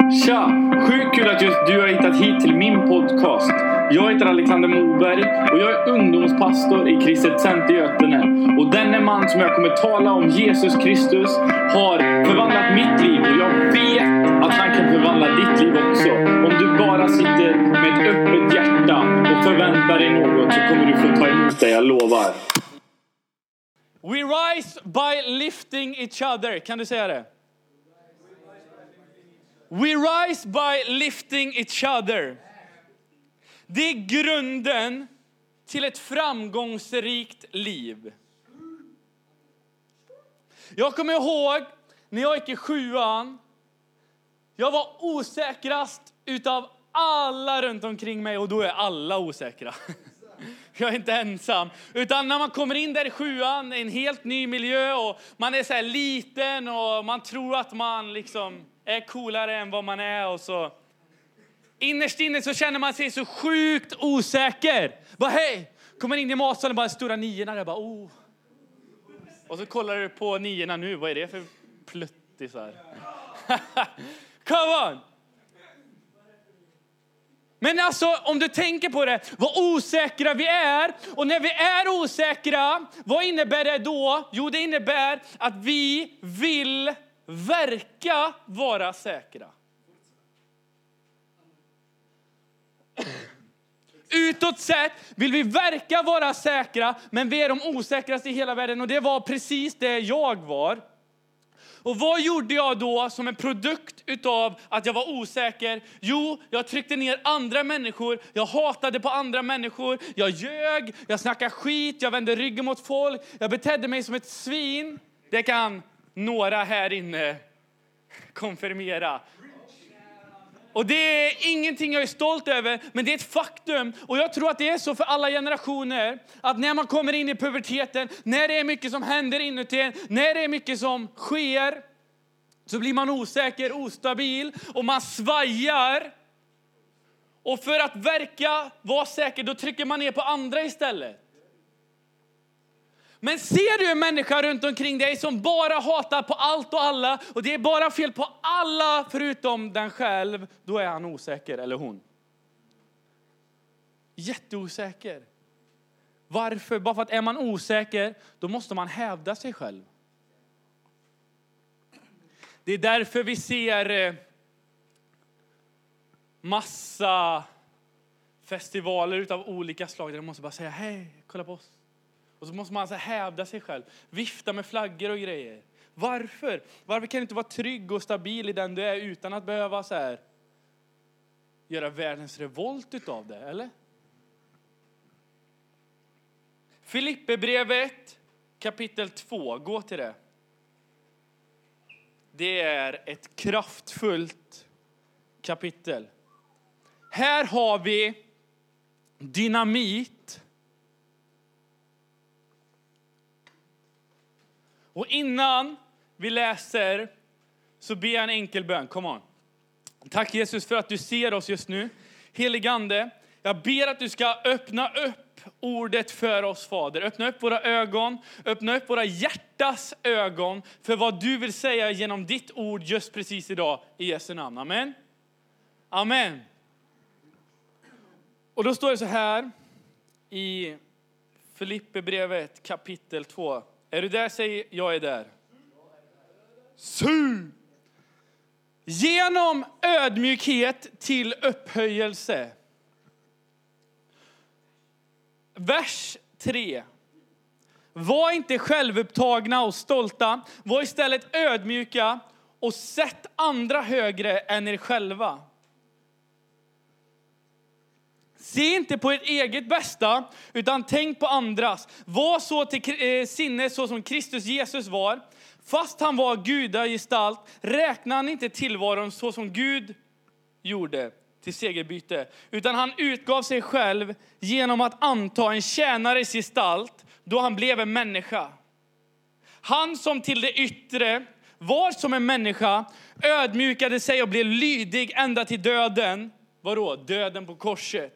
Tja! Sjukt kul att just du har hittat hit till min podcast. Jag heter Alexander Moberg och jag är ungdomspastor i Kristet Center Götene. Och denne man som jag kommer tala om, Jesus Kristus, har förvandlat mitt liv. Och jag vet att han kan förvandla ditt liv också. Om du bara sitter med ett öppet hjärta och förväntar dig något, så kommer du få ta emot det, jag lovar. We rise by lifting each other. Kan du säga det? We rise by lifting each other. Det är grunden till ett framgångsrikt liv. Jag kommer ihåg när jag gick i 7:an. Jag var osäkrast utav alla runt omkring mig. Och då är alla osäkra. Jag är inte ensam. Utan när man kommer in där i 7:an, en helt ny miljö. Och man är så här liten och man tror att man liksom är coolare än vad man är. Och så innerst inne så känner man sig så sjukt osäker. Bara hej, kommer in i matsalen, bara stora 9:orna där, bara oh. Och så kollar du på 9:orna nu, vad är det för pluttisar? Come on! Men alltså, om du tänker på det, vad osäkra vi är. Och när vi är osäkra, vad innebär det då? Jo, det innebär att vi vill verka vara säkra. Utåt sett vill vi verka vara säkra, men vi är de osäkraste i hela världen. Och det var precis det jag var. Och vad gjorde jag då som en produkt utav att jag var osäker? Jo, jag tryckte ner andra människor. Jag hatade på andra människor. Jag ljög, jag snackade skit, jag vände ryggen mot folk. Jag betedde mig som ett svin. Det kan några här inne konfirmera. Och det är ingenting jag är stolt över, men det är ett faktum. Och jag tror att det är så för alla generationer. Att när man kommer in i puberteten, när det är mycket som händer inuti en, när det är mycket som sker, så blir man osäker, ostabil och man svajar. Och för att verka vara säker, då trycker man ner på andra istället. Men ser du en människa runt omkring dig som bara hatar på allt och alla, och det är bara fel på alla förutom den själv, då är han osäker, eller hon. Jätteosäker. Varför? Bara för att är man osäker, då måste man hävda sig själv. Det är därför vi ser massa festivaler utav olika slag där de måste bara säga hej, kolla på oss. Och så måste man så hävda sig själv. Vifta med flaggor och grejer. Varför? Varför kan du inte vara trygg och stabil i den du är utan att behöva så här göra världens revolt utav det, eller? Filippebrevet kapitel 2. Gå till det. Det är ett kraftfullt kapitel. Här har vi dynamit. Och innan vi läser så ber jag en enkel bön. Come on. Tack Jesus för att du ser oss just nu. Helige Ande, jag ber att du ska öppna upp ordet för oss, Fader. Öppna upp våra ögon. Öppna upp våra hjärtas ögon för vad du vill säga genom ditt ord just precis idag. I Jesu namn. Amen. Amen. Och då står det så här i Filippebrevet kapitel 2. Är du där? Säg jag är där. Su! Genom ödmjukhet till upphöjelse. Vers 3. Var inte självupptagna och stolta. Var istället ödmjuka och sätt andra högre än er själva. Se inte på ert eget bästa, utan tänk på andras. Var så till sinne så som Kristus Jesus var. Fast han var gudagestalt, räknade han inte tillvaron så som Gud gjorde till segerbyte. Utan han utgav sig själv genom att anta en tjänares gestalt då han blev en människa. Han som till det yttre var som en människa ödmjukade sig och blev lydig ända till döden. Vadå? Döden på korset.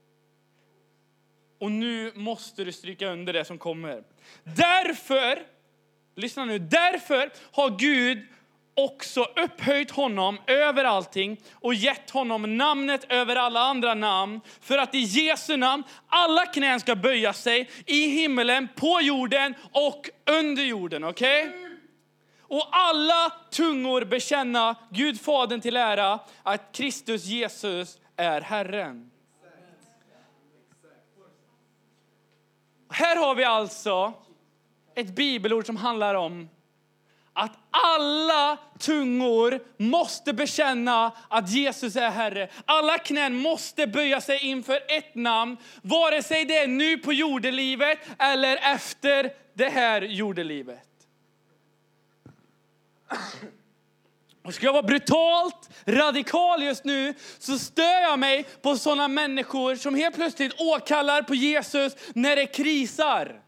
Och nu måste du stryka under det som kommer. Därför, lyssna nu, därför har Gud också upphöjt honom över allting och gett honom namnet över alla andra namn, för att i Jesu namn alla knän ska böja sig i himmelen, på jorden och under jorden. Okej? Och alla tungor bekänna Gud Fadern till ära att Kristus Jesus är Herren. Här har vi alltså ett bibelord som handlar om att alla tungor måste bekänna att Jesus är Herre. Alla knän måste böja sig inför ett namn, vare sig det är nu på jordelivet eller efter det här jordelivet. Och ska jag vara brutalt radikal just nu, så stör jag mig på sådana människor som helt plötsligt åkallar på Jesus när det krisar.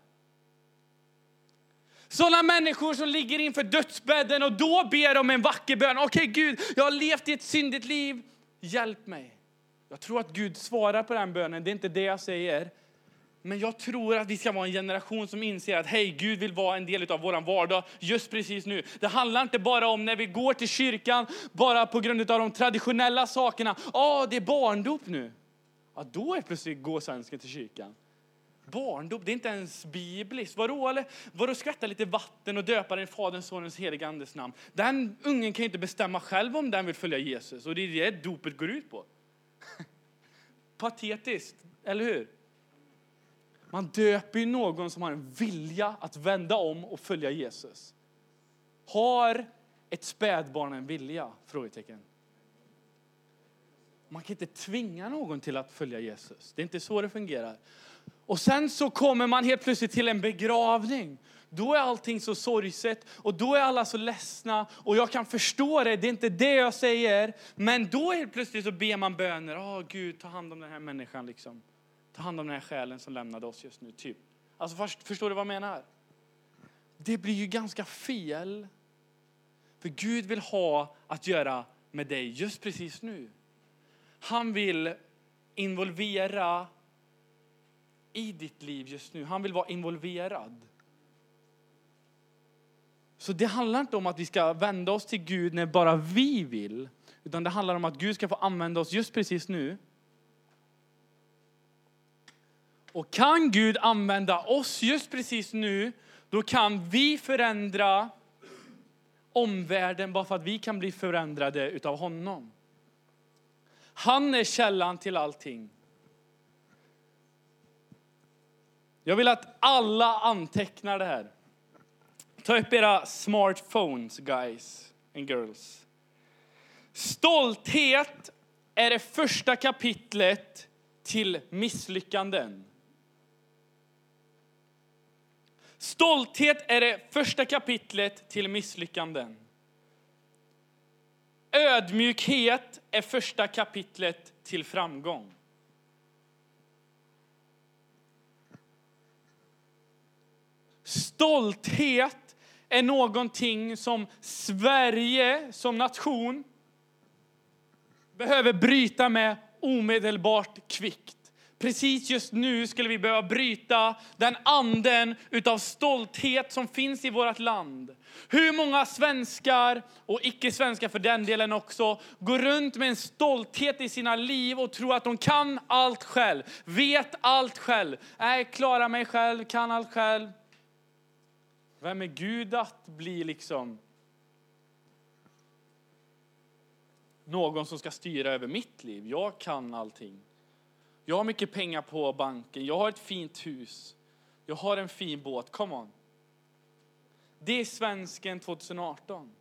Sådana människor som ligger inför dödsbädden och då ber om en vacker bön. Okej, Gud, jag har levt i ett syndigt liv. Hjälp mig. Jag tror att Gud svarar på den bönen. Det är inte det jag säger. Men jag tror att vi ska vara en generation som inser att hej, Gud vill vara en del av våran vardag just precis nu. Det handlar inte bara om när vi går till kyrkan bara på grund av de traditionella sakerna. Det är barndop nu. Ja, då är plötsligt gå svensken till kyrkan. Barndop, det är inte ens bibliskt. Vadå skvätta lite vatten och döpa den i Faderns, Sonens, heliga Andes namn? Den ungen kan ju inte bestämma själv om den vill följa Jesus. Och det är det dopet går ut på. Patetiskt, eller hur? Man döper ju någon som har en vilja att vända om och följa Jesus. Har ett spädbarn en vilja? Frågetecken. Man kan inte tvinga någon till att följa Jesus. Det är inte så det fungerar. Och sen så kommer man helt plötsligt till en begravning. Då är allting så sorgset och då är alla så ledsna. Och jag kan förstå det, det är inte det jag säger. Men då helt plötsligt så ber man böner. Gud, ta hand om den här människan liksom. Ta hand om den här själen som lämnade oss just nu, typ. Alltså förstår du vad jag menar? Det blir ju ganska fel. För Gud vill ha att göra med dig just precis nu. Han vill involvera i ditt liv just nu. Han vill vara involverad. Så det handlar inte om att vi ska vända oss till Gud när bara vi vill. Utan det handlar om att Gud ska få använda oss just precis nu. Och kan Gud använda oss just precis nu, då kan vi förändra omvärlden bara för att vi kan bli förändrade utav honom. Han är källan till allting. Jag vill att alla antecknar det här. Ta upp era smartphones, guys and girls. Stolthet är det första kapitlet till misslyckanden. Stolthet är det första kapitlet till misslyckanden. Ödmjukhet är första kapitlet till framgång. Stolthet är någonting som Sverige som nation behöver bryta med omedelbart kvickt. Precis just nu skulle vi behöva bryta den anden utav stolthet som finns i vårt land. Hur många svenskar och icke-svenskar för den delen också går runt med en stolthet i sina liv och tror att de kan allt själv, vet allt själv. Klarar mig själv, kan allt själv. Vem är Gud att bli liksom någon som ska styra över mitt liv? Jag kan allting. Jag har mycket pengar på banken. Jag har ett fint hus. Jag har en fin båt. Come on. Det är svensken 2018.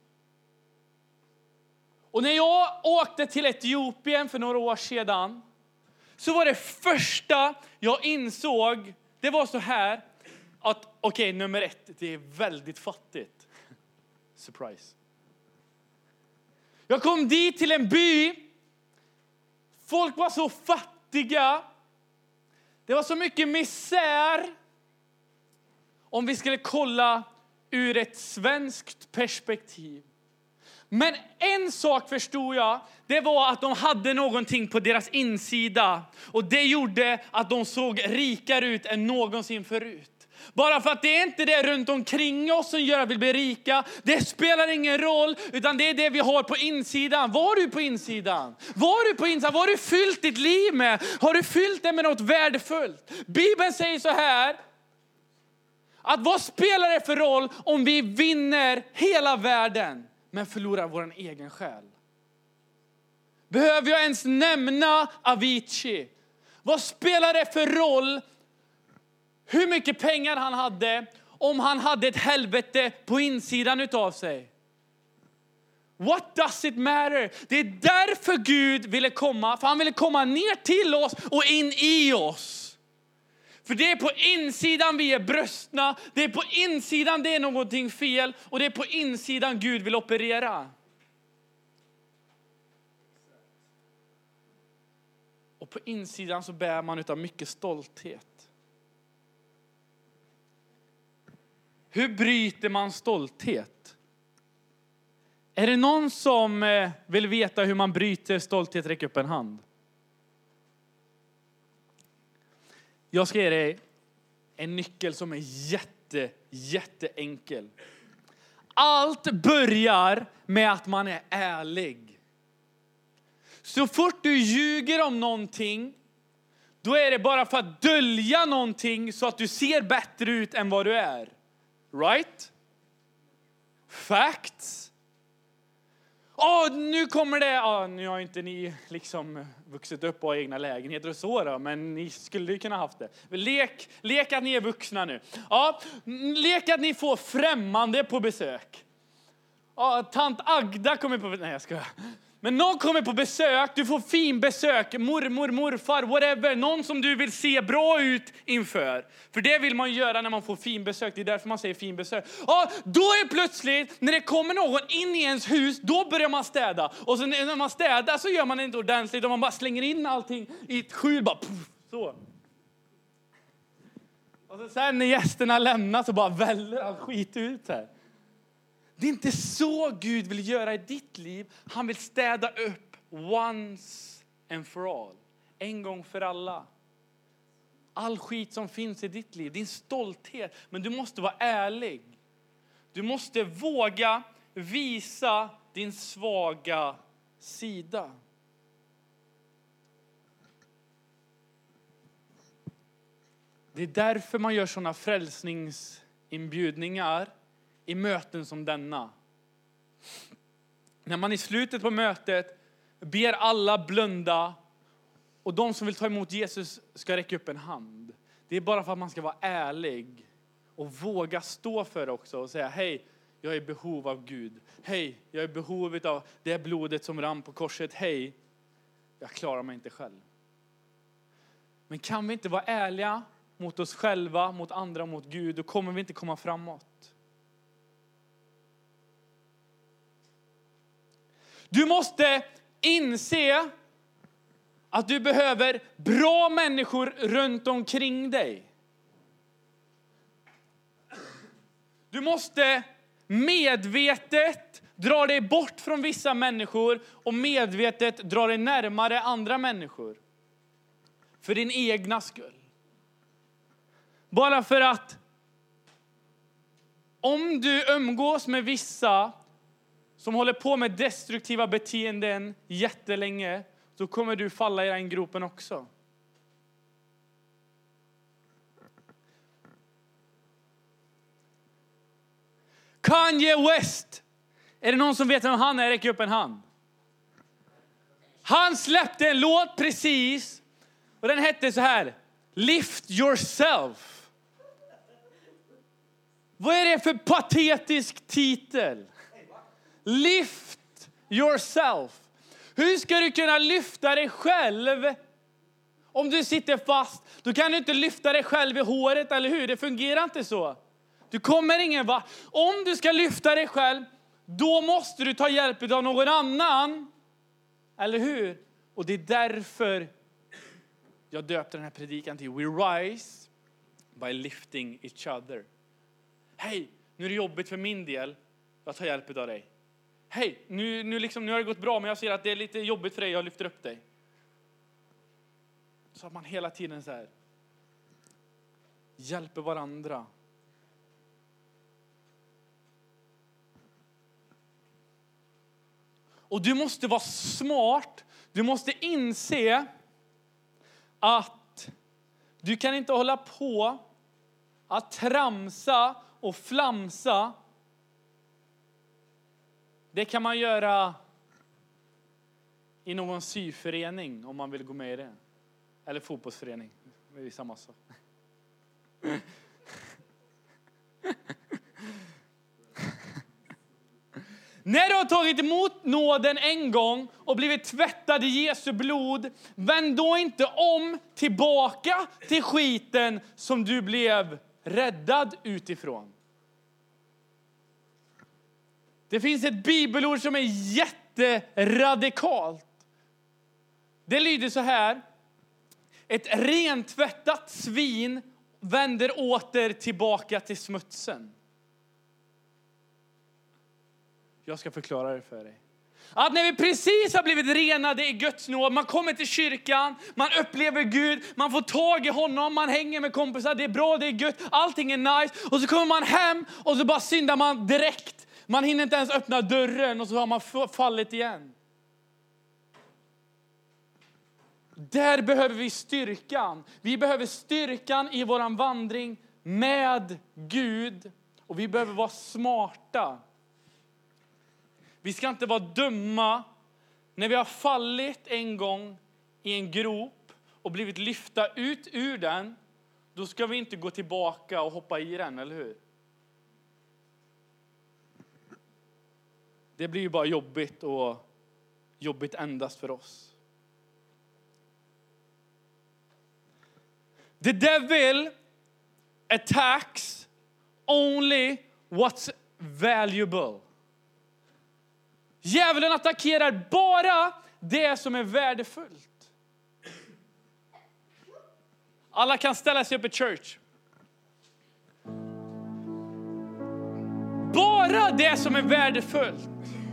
Och när jag åkte till Etiopien för några år sedan, så var det första jag insåg, det var så här att nummer 1, det är väldigt fattigt. Surprise. Jag kom dit till en by. Folk var så fattiga. Det var så mycket misär. Om vi skulle kolla ur ett svenskt perspektiv. Men en sak förstod jag. Det var att de hade någonting på deras insida. Och det gjorde att de såg rikare ut än någonsin förut. Bara för att det är inte det runt omkring oss som gör att vi blir rika. Det spelar ingen roll, utan det är det vi har på insidan. Vad har du på insidan? Vad har du på insidan? Vad har du fyllt ditt liv med? Har du fyllt det med något värdefullt? Bibeln säger så här, att vad spelar det för roll om vi vinner hela världen men förlorar vår egen själ? Behöver jag ens nämna Avicii? Vad spelar det för roll hur mycket pengar han hade om han hade ett helvete på insidan utav sig? What does it matter? Det är därför Gud ville komma. För han ville komma ner till oss och in i oss. För det är på insidan vi är bröstna. Det är på insidan det är någonting fel. Och det är på insidan Gud vill operera. Och på insidan så bär man utav mycket stolthet. Hur bryter man stolthet? Är det någon som vill veta hur man bryter stolthet? Räck upp en hand. Jag ska ge dig en nyckel som är jätteenkel. Allt börjar med att man är ärlig. Så fort du ljuger om någonting, då är det bara för att dölja någonting så att du ser bättre ut än vad du är. Right? Facts. Nu kommer det. Nu har inte ni liksom vuxit upp och har egna lägenheter och så då, men ni skulle ju kunna haft det. Lek att ni är vuxna nu. Lek att ni får främmande på besök. Tant Agda kommer på besök. Nej, jag skojar. Men någon kommer på besök, du får fin besök, mormor, morfar, whatever. Någon som du vill se bra ut inför. För det vill man göra när man får fin besök. Det är därför man säger fin besök. Då är plötsligt, när det kommer någon in i ens hus, då börjar man städa. Och så när man städar så gör man inte ordentligt. Och man bara slänger in allting i ett skjul, bara så. Och så sen när gästerna lämnar så bara väller all skit ut här. Det är inte så Gud vill göra i ditt liv. Han vill städa upp once and for all. En gång för alla. All skit som finns i ditt liv. Din stolthet. Men du måste vara ärlig. Du måste våga visa din svaga sida. Det är därför man gör sådana frälsningsinbjudningar i möten som denna. När man i slutet på mötet ber alla blunda och de som vill ta emot Jesus ska räcka upp en hand. Det är bara för att man ska vara ärlig och våga stå för det också och säga hej, jag är i behov av Gud. Hej, jag är i behov av det blodet som rann på korset. Hej, jag klarar mig inte själv. Men kan vi inte vara ärliga mot oss själva, mot andra, mot Gud, då kommer vi inte komma framåt. Du måste inse att du behöver bra människor runt omkring dig. Du måste medvetet dra dig bort från vissa människor och medvetet dra dig närmare andra människor. För din egna skull. Bara för att om du umgås med vissa som håller på med destruktiva beteenden jättelänge, så kommer du falla i den gropen också. Kanye West. Är det någon som vet vem han är? Räck upp en hand. Han släppte en låt precis. Och den hette så här. Lift yourself. Vad är det för patetisk titel? Lift yourself. Hur ska du kunna lyfta dig själv om du sitter fast? Du kan inte lyfta dig själv i håret, eller hur? Det fungerar inte så. Du kommer ingen vart. Om du ska lyfta dig själv, då måste du ta hjälp av någon annan. Eller hur? Och det är därför jag döpte den här predikan till We rise by lifting each other. Hej, nu är det jobbigt för min del. Jag tar hjälp av dig. Hej, nu har det gått bra, men jag ser att det är lite jobbigt för dig. Jag lyfter upp dig. Så att man hela tiden så här. hjälper varandra. Och du måste vara smart. Du måste inse att du kan inte hålla på att tramsa och flamsa. Det kan man göra i någon syförening om man vill gå med i det. Eller fotbollsförening. Det är samma sak. När du har tagit emot nåden en gång och blivit tvättad i Jesu blod, vänd då inte om tillbaka till skiten som du blev räddad utifrån. Det finns ett bibelord som är jätteradikalt. Det lyder så här: ett rentvättat svin vänder åter tillbaka till smutsen. Jag ska förklara det för dig. Att när vi precis har blivit renade i Guds nåd, man kommer till kyrkan, man upplever Gud, man får tag i honom, man hänger med kompisar, det är bra, det är gött, allting är nice. Och så kommer man hem och så bara syndar man direkt. Man hinner inte ens öppna dörren och så har man fallit igen. Där behöver vi styrkan. Vi behöver styrkan i våran vandring med Gud. Och vi behöver vara smarta. Vi ska inte vara dumma när vi har fallit en gång i en grop och blivit lyfta ut ur den. Då ska vi inte gå tillbaka och hoppa i den, eller hur? Det blir ju bara jobbigt och jobbigt endast för oss. The devil attacks only what's valuable. Djävulen attackerar bara det som är värdefullt. Alla kan ställa sig upp i church. Bara det som är värdefullt.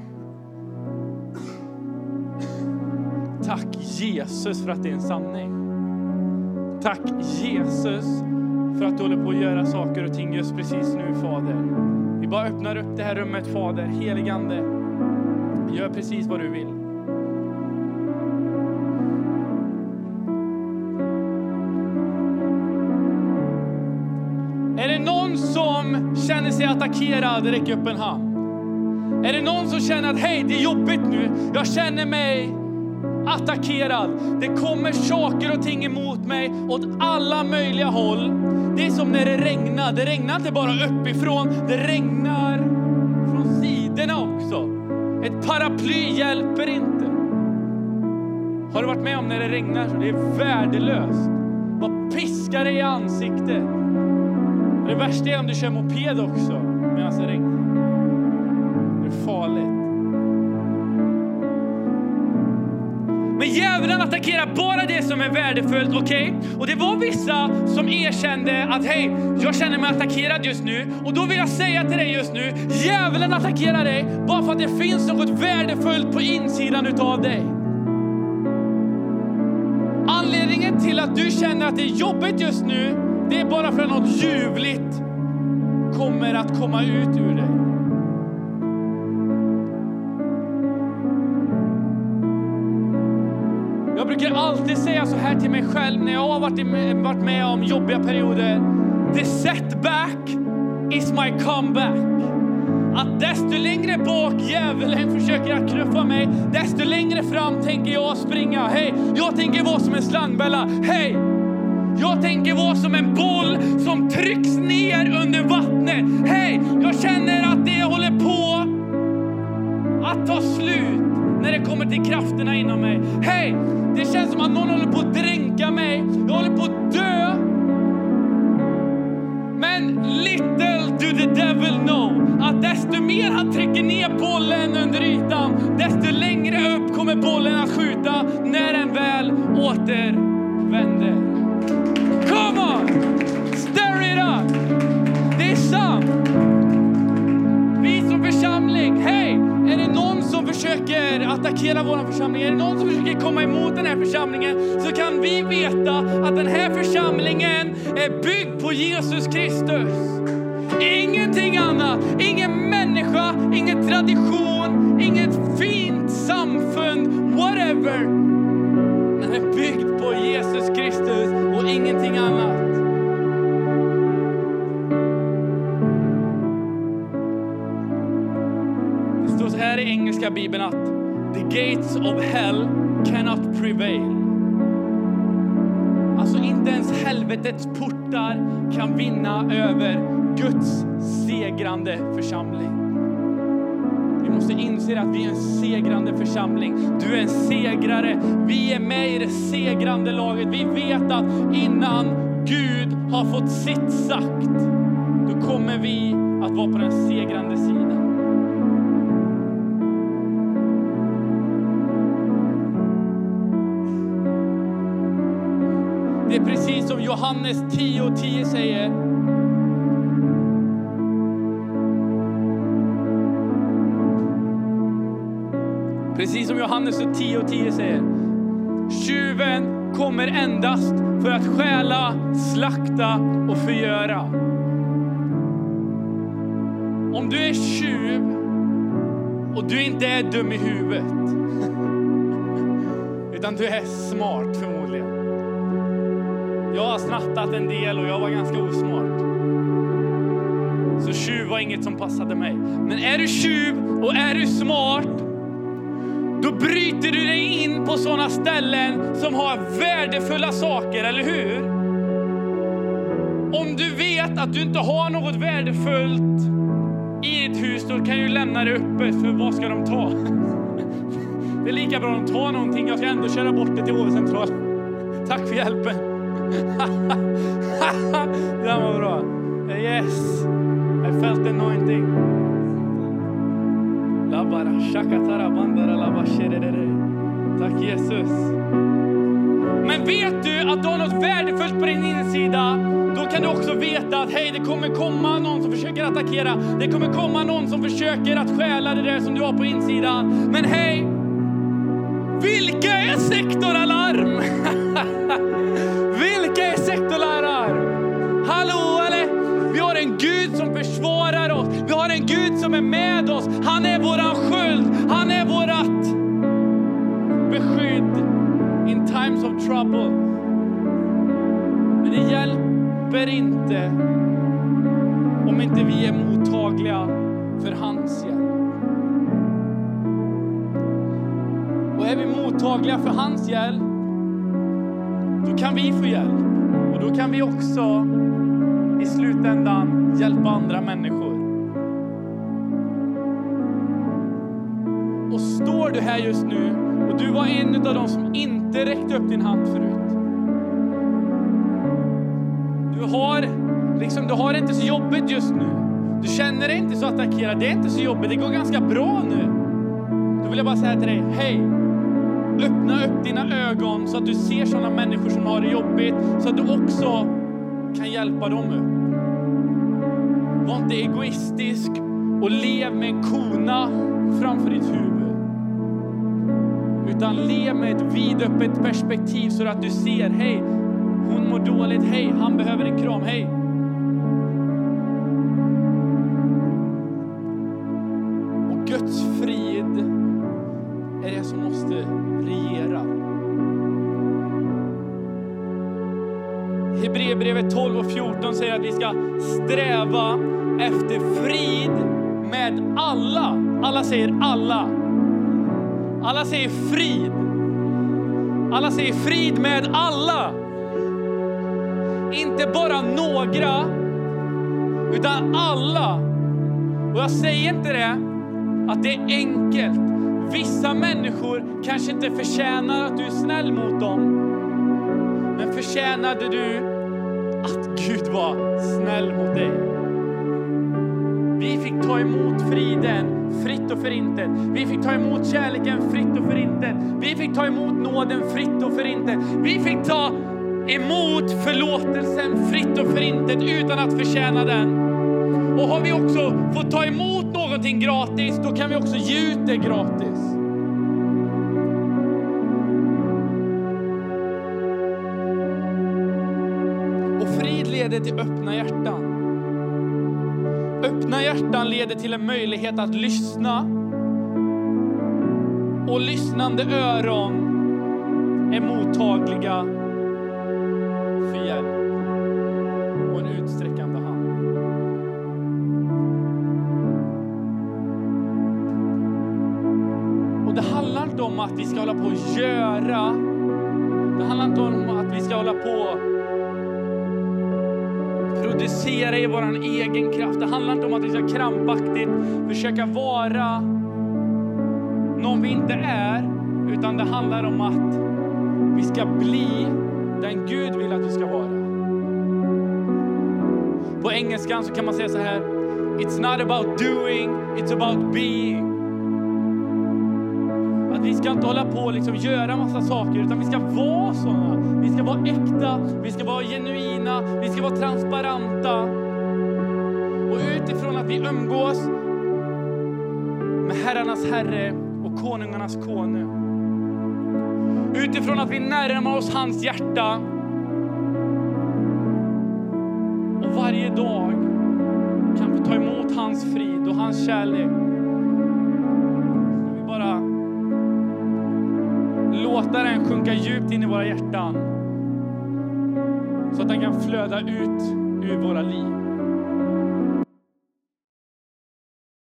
Tack Jesus för att det är en sanning. Tack Jesus för att du håller på att göra saker och ting just precis nu, Fader. Vi bara öppnar upp det här rummet, Fader. Heligande, gör precis vad du vill. Är det någon som känner sig attackerad? Räck upp en hand. Är det någon som känner att hej, det är jobbigt nu. Jag känner mig attackerad. Det kommer saker och ting emot mig åt alla möjliga håll. Det är som när det regnar. Det regnar inte bara uppifrån. Det regnar från sidorna också. Ett paraply hjälper inte. Har du varit med om när det regnar så det är värdelöst? Vad piskar det i ansiktet? Det värsta är om du kör moped också medan det regnar. Det är farligt. Men djävulen attackerar bara det som är värdefullt, okej? Och det var vissa som erkände att hej, jag känner mig attackerad just nu. Och då vill jag säga till dig just nu, djävulen attackerar dig bara för att det finns något värdefullt på insidan utav dig. Anledningen till att du känner att det är jobbigt just nu, det är bara för att något ljuvligt kommer att komma ut ur dig. Jag brukar alltid säga så här till mig själv när jag har varit med om jobbiga perioder. The setback is my comeback. Att desto längre bak djävulen försöker att knuffa mig, desto längre fram tänker jag springa. Hej, jag tänker vara som en slangbella. Hej, jag tänker vara som en boll som trycks ner under vattnet. Hej, jag känner att det håller på att ta slut när det kommer till krafterna inom mig. Hej, det känns som att någon håller på att dränka mig. Jag håller på att dö. Men little do the devil know att desto mer han trycker ner bollen under ytan, desto längre upp kommer bollen att skjuta när den väl återvänder. Come on! Stir it up! Det är sant. Vi som församling, hej! Är det någon som försöker försöker attackera vår församling, är det någon som försöker komma emot den här församlingen, så kan vi veta att den här församlingen är byggd på Jesus Kristus. Ingenting annat, ingen människa, ingen tradition, inget fint samfund, whatever. Den är byggd på Jesus Kristus och ingenting annat. Det står så här i engelska bibeln att the gates of hell cannot prevail. Alltså inte ens helvetets portar kan vinna över Guds segrande församling. Vi måste inse att vi är en segrande församling. Du är en segrare. Vi är med i det segrande laget. Vi vet att innan Gud har fått sitt sagt, då kommer vi att vara på den segrande sidan. Det är precis som Johannes 10:10 säger. Precis som Johannes 10:10 säger. Tjuven kommer endast för att stjäla, slakta och förgöra. Om du är tjuv och du inte är dum i huvudet, utan du är smart förmodligen. Jag har snattat en del och jag var ganska osmart. Så tjuv var inget som passade mig. Men är du tjuv och är du smart, då bryter du dig in på sådana ställen som har värdefulla saker, eller hur? Om du vet att du inte har något värdefullt i ditt hus, då kan du lämna det öppet, för vad ska de ta? Det är lika bra att de tar någonting. Jag ska ändå köra bort det till H-central. Tack för hjälpen. Det var bra. Yes. I felt anointing. Labara shakatara bandara labasherere. Tack Jesus. Men vet du att du har något värdefullt på din insida, då kan du också veta att hej, det kommer komma någon som försöker attackera. Det kommer komma någon som försöker att stjäla det där som du har på insidan. Men hej, vilka är sektoralarm? Vilka är sektoralarm? Hallå eller? Vi har en Gud som försvarar oss. Vi har en Gud som är med oss. Han är våran sköld. Han är vårat beskydd in times of trouble. Men det hjälper inte om inte vi är mottagliga för hans hjälp. Och är vi mottagliga för hans hjälp, då kan vi få hjälp. Och då kan vi också i slutändan hjälpa andra människor. Och står du här just nu och du var en av dem som inte räckte upp din hand förut. Du har det inte så jobbigt just nu. Du känner dig inte så attackerad. Det är inte så jobbigt. Det går ganska bra nu. Då vill jag bara säga till dig, hej. Öppna upp dina ögon så att du ser sådana människor som har det jobbigt, så att du också kan hjälpa dem upp. Var inte egoistisk och lev med en kona framför ditt huvud. Utan lev med ett vidöppet perspektiv så att du ser, hej, hon mår dåligt, hej, han behöver en kram, hej. Och Guds frid är det som måste regera. Hebreerbrevet 12:14 säger att vi ska sträva efter frid med alla. Alla säger alla. Alla säger frid. Alla säger frid med alla. Inte bara några, utan alla. Och jag säger inte det att det är enkelt. Vissa människor kanske inte förtjänar att du är snäll mot dem. Men förtjänade du att Gud var snäll mot dig? Vi fick ta emot friden fritt och förintet. Vi fick ta emot kärleken fritt och förintet. Vi fick ta emot nåden fritt och förintet. Vi fick ta emot förlåtelsen fritt och förintet utan att förtjäna den. Och har vi också fått ta emot någonting gratis, då kan vi också ge ut det gratis. leder till öppna hjärtan. Öppna hjärtan leder till en möjlighet att lyssna. Och lyssnande öron är mottagliga för hjälp och en utsträckande hand. Och det handlar inte om att vi ska hålla på och göra. Det handlar inte om att vi ska hålla på och producera i våran egen kraft. Det handlar inte om att vi ska krampaktigt försöka vara någon vi inte är. Utan det handlar om att vi ska bli den Gud vill att vi ska vara. På engelskan så kan man säga så här: it's not about doing, it's about being. Att vi ska inte hålla på och liksom göra massa saker, utan vi ska vara sådana. Vi ska vara äkta, vi ska vara genuina, vi ska vara transparenta. Och utifrån att vi umgås med herrarnas herre och konungarnas konung. Utifrån att vi närmar oss hans hjärta. Och varje dag kan vi ta emot hans frid och hans kärlek. Vi bara låta den sjunka djupt in i våra hjärtan. Så att den kan flöda ut ur våra liv.